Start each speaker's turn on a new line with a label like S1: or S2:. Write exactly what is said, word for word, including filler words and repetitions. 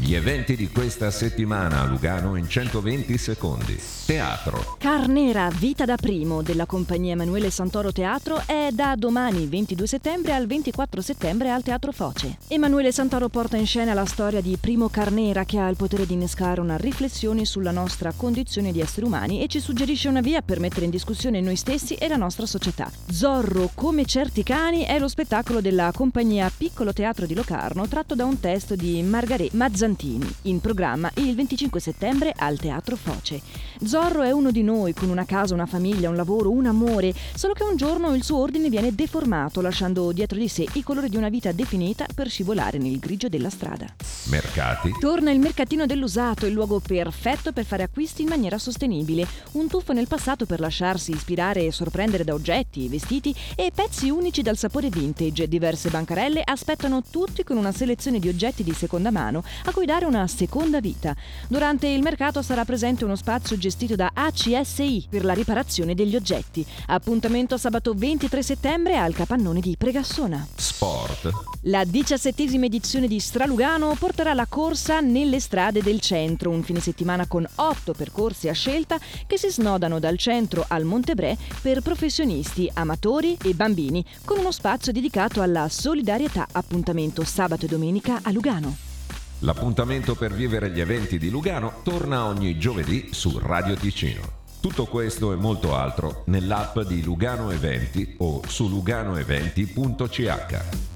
S1: Gli eventi di questa settimana a Lugano in centoventi secondi. Teatro.
S2: Carnera, vita da primo della compagnia Emanuele Santoro Teatro è da domani ventidue settembre al ventiquattro settembre al Teatro Foce. Emanuele Santoro porta in scena la storia di Primo Carnera, che ha il potere di innescare una riflessione sulla nostra condizione di esseri umani e ci suggerisce una via per mettere in discussione noi stessi e la nostra società. Zorro come certi cani è lo spettacolo della compagnia Piccolo Teatro di Locarno, tratto da un testo di Margaret Mazzantini, in programma il venticinque settembre al Teatro Foce. Zorro è uno di noi, con una casa, una famiglia, un lavoro, un amore, solo che un giorno il suo ordine viene deformato, lasciando dietro di sé i colori di una vita definita per scivolare nel grigio della strada.
S1: Mercati.
S2: Torna il mercatino dell'usato, il luogo perfetto per fare acquisti in maniera sostenibile. Un tuffo nel passato per lasciarsi ispirare e sorprendere da oggetti, vestiti e pezzi unici dal sapore vintage. Diverse bancarelle aspettano tutti con una selezione di oggetti di seconda mano a cui dare una seconda vita. Durante il mercato sarà presente uno spazio gestito da A C S I per la riparazione degli oggetti. Appuntamento sabato ventitré settembre al Capannone di Pregassona.
S1: Sport.
S2: La diciassettesima edizione di Stralugano porterà la corsa nelle strade del centro, un fine settimana con otto percorsi a scelta che si snodano dal centro al Montebrè per professionisti, amatori e bambini, con uno spazio dedicato alla solidarietà. Appuntamento sabato e domenica a Lugano.
S1: L'appuntamento per vivere gli eventi di Lugano torna ogni giovedì su Radio Ticino. Tutto questo e molto altro nell'app di Lugano Eventi o su luganoeventi punto c h.